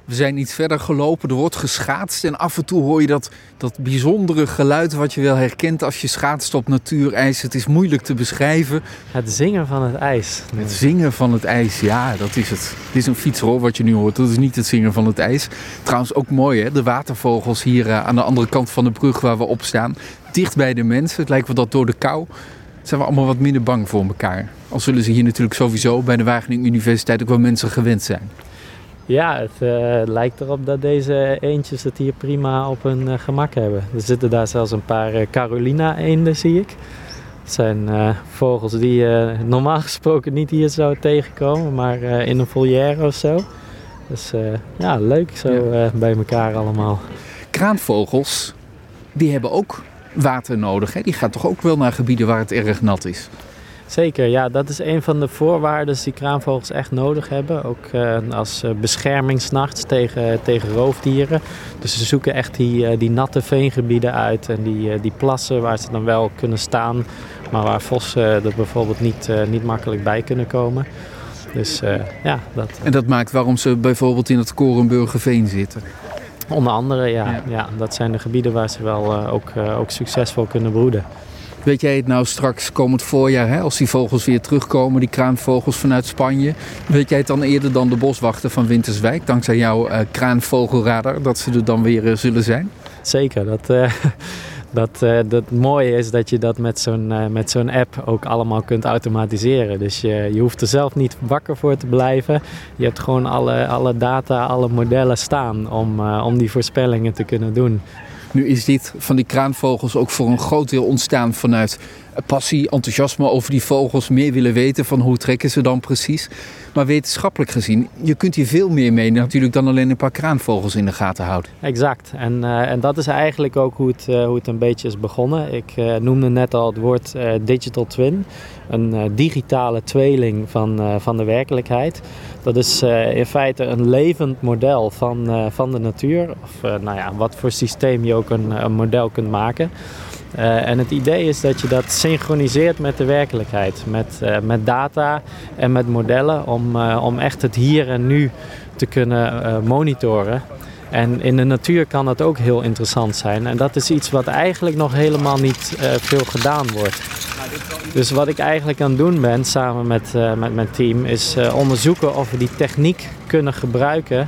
We zijn iets verder gelopen, er wordt geschaatst en af en toe hoor je dat bijzondere geluid wat je wel herkent als je schaatst op natuurijs. Het is moeilijk te beschrijven. Het zingen van het ijs. Het zingen van het ijs, ja, dat is het. Het is een fietsrol wat je nu hoort, dat is niet het zingen van het ijs. Trouwens ook mooi hè, de watervogels hier aan de andere kant van de brug waar we op staan. Dicht bij de mensen, het lijkt wel dat door de kou zijn we allemaal wat minder bang voor elkaar. Al zullen ze hier natuurlijk sowieso bij de Wageningen Universiteit ook wel mensen gewend zijn. Ja, het lijkt erop dat deze eendjes het hier prima op hun gemak hebben. Er zitten daar zelfs een paar Carolina-eenden, zie ik. Het zijn vogels die je normaal gesproken niet hier zou tegenkomen, maar in een volière of zo. Dus ja, leuk zo bij elkaar allemaal. Kraanvogels, die hebben ook water nodig, hè? Die gaan toch ook wel naar gebieden waar het erg nat is? Zeker, ja, dat is een van de voorwaarden die kraanvogels echt nodig hebben. Ook als bescherming 's nachts tegen roofdieren. Dus ze zoeken echt die natte veengebieden uit en die plassen waar ze dan wel kunnen staan, maar waar vossen er bijvoorbeeld niet makkelijk bij kunnen komen. Dus ja, dat. En dat maakt waarom ze bijvoorbeeld in het Korenburgerveen zitten? Onder andere, ja, dat zijn de gebieden waar ze wel ook succesvol kunnen broeden. Weet jij het nou straks komend voorjaar, hè, als die vogels weer terugkomen, die kraanvogels vanuit Spanje, weet jij het dan eerder dan de boswachter van Winterswijk, dankzij jouw kraanvogelradar, dat ze er dan weer zullen zijn? Zeker, dat mooie is dat je dat met zo'n app ook allemaal kunt automatiseren. Dus je hoeft er zelf niet wakker voor te blijven. Je hebt gewoon alle data, alle modellen staan om die voorspellingen te kunnen doen. Nu is dit van die kraanvogels ook voor een groot deel ontstaan vanuit passie, enthousiasme over die vogels, meer willen weten van hoe trekken ze dan precies. Maar wetenschappelijk gezien, je kunt hier veel meer mee natuurlijk dan alleen een paar kraanvogels in de gaten houden. Exact. En dat is eigenlijk ook hoe het een beetje is begonnen. Ik noemde net al het woord digital twin. Een digitale tweeling van de werkelijkheid. Dat is in feite een levend model van de natuur. Of wat voor systeem je ook een model kunt maken. En het idee is dat je dat synchroniseert met de werkelijkheid. Met data en met modellen om echt het hier en nu te kunnen monitoren. En in de natuur kan dat ook heel interessant zijn. En dat is iets wat eigenlijk nog helemaal niet veel gedaan wordt. Dus wat ik eigenlijk aan het doen ben samen met mijn team is onderzoeken of we die techniek kunnen gebruiken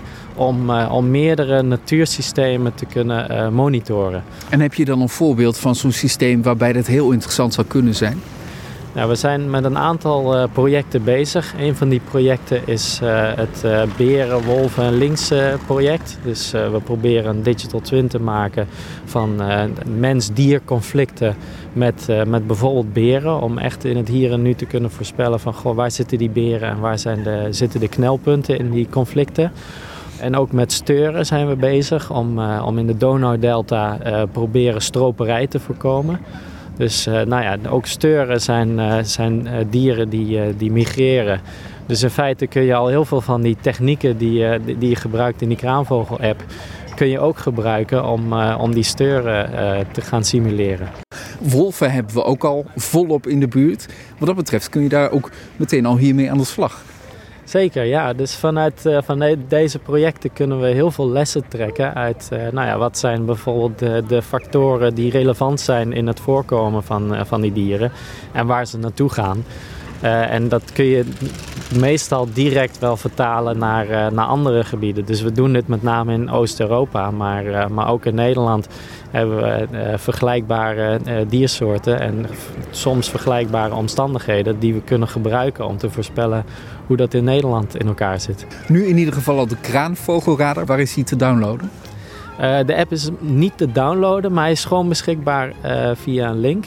om meerdere natuursystemen te kunnen monitoren. En heb je dan een voorbeeld van zo'n systeem waarbij dat heel interessant zou kunnen zijn? Nou, we zijn met een aantal projecten bezig. Een van die projecten is het beren, wolven en lynx project. Dus we proberen een digital twin te maken van mens-dier conflicten met bijvoorbeeld beren. Om echt in het hier en nu te kunnen voorspellen van waar zitten die beren en waar zitten de knelpunten in die conflicten. En ook met steuren zijn we bezig om in de Donaudelta proberen stroperij te voorkomen. Dus ook steuren zijn dieren die migreren. Dus in feite kun je al heel veel van die technieken die je gebruikt in die kraanvogel-app, kun je ook gebruiken om die steuren te gaan simuleren. Wolven hebben we ook al volop in de buurt. Wat dat betreft kun je daar ook meteen al hiermee aan de slag. Zeker, ja. Dus vanuit deze projecten kunnen we heel veel lessen trekken uit wat zijn bijvoorbeeld de factoren die relevant zijn in het voorkomen van die dieren en waar ze naartoe gaan. En dat kun je meestal direct wel vertalen naar andere gebieden. Dus we doen dit met name in Oost-Europa, maar ook in Nederland hebben we vergelijkbare diersoorten en soms vergelijkbare omstandigheden die we kunnen gebruiken om te voorspellen hoe dat in Nederland in elkaar zit. Nu in ieder geval al de kraanvogelradar. Waar is die te downloaden? De app is niet te downloaden, maar hij is gewoon beschikbaar via een link.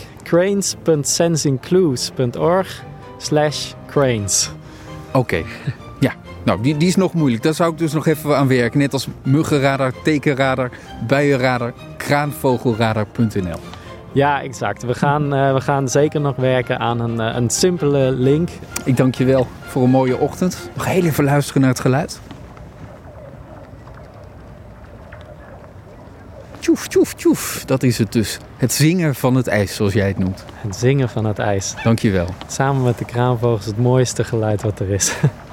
cranes.sensingclues.org/cranes. Oké. Ja. Nou, die is nog moeilijk. Daar zou ik dus nog even aan werken. Net als muggenradar, tekenradar, buienradar, kraanvogelradar.nl. Ja, exact. We gaan zeker nog werken aan een simpele link. Ik dank je wel voor een mooie ochtend. Nog heel even luisteren naar het geluid. Tjoef, tjoef, tjoef. Dat is het dus. Het zingen van het ijs, zoals jij het noemt. Het zingen van het ijs. Dank je wel. Samen met de kraanvogels het mooiste geluid wat er is.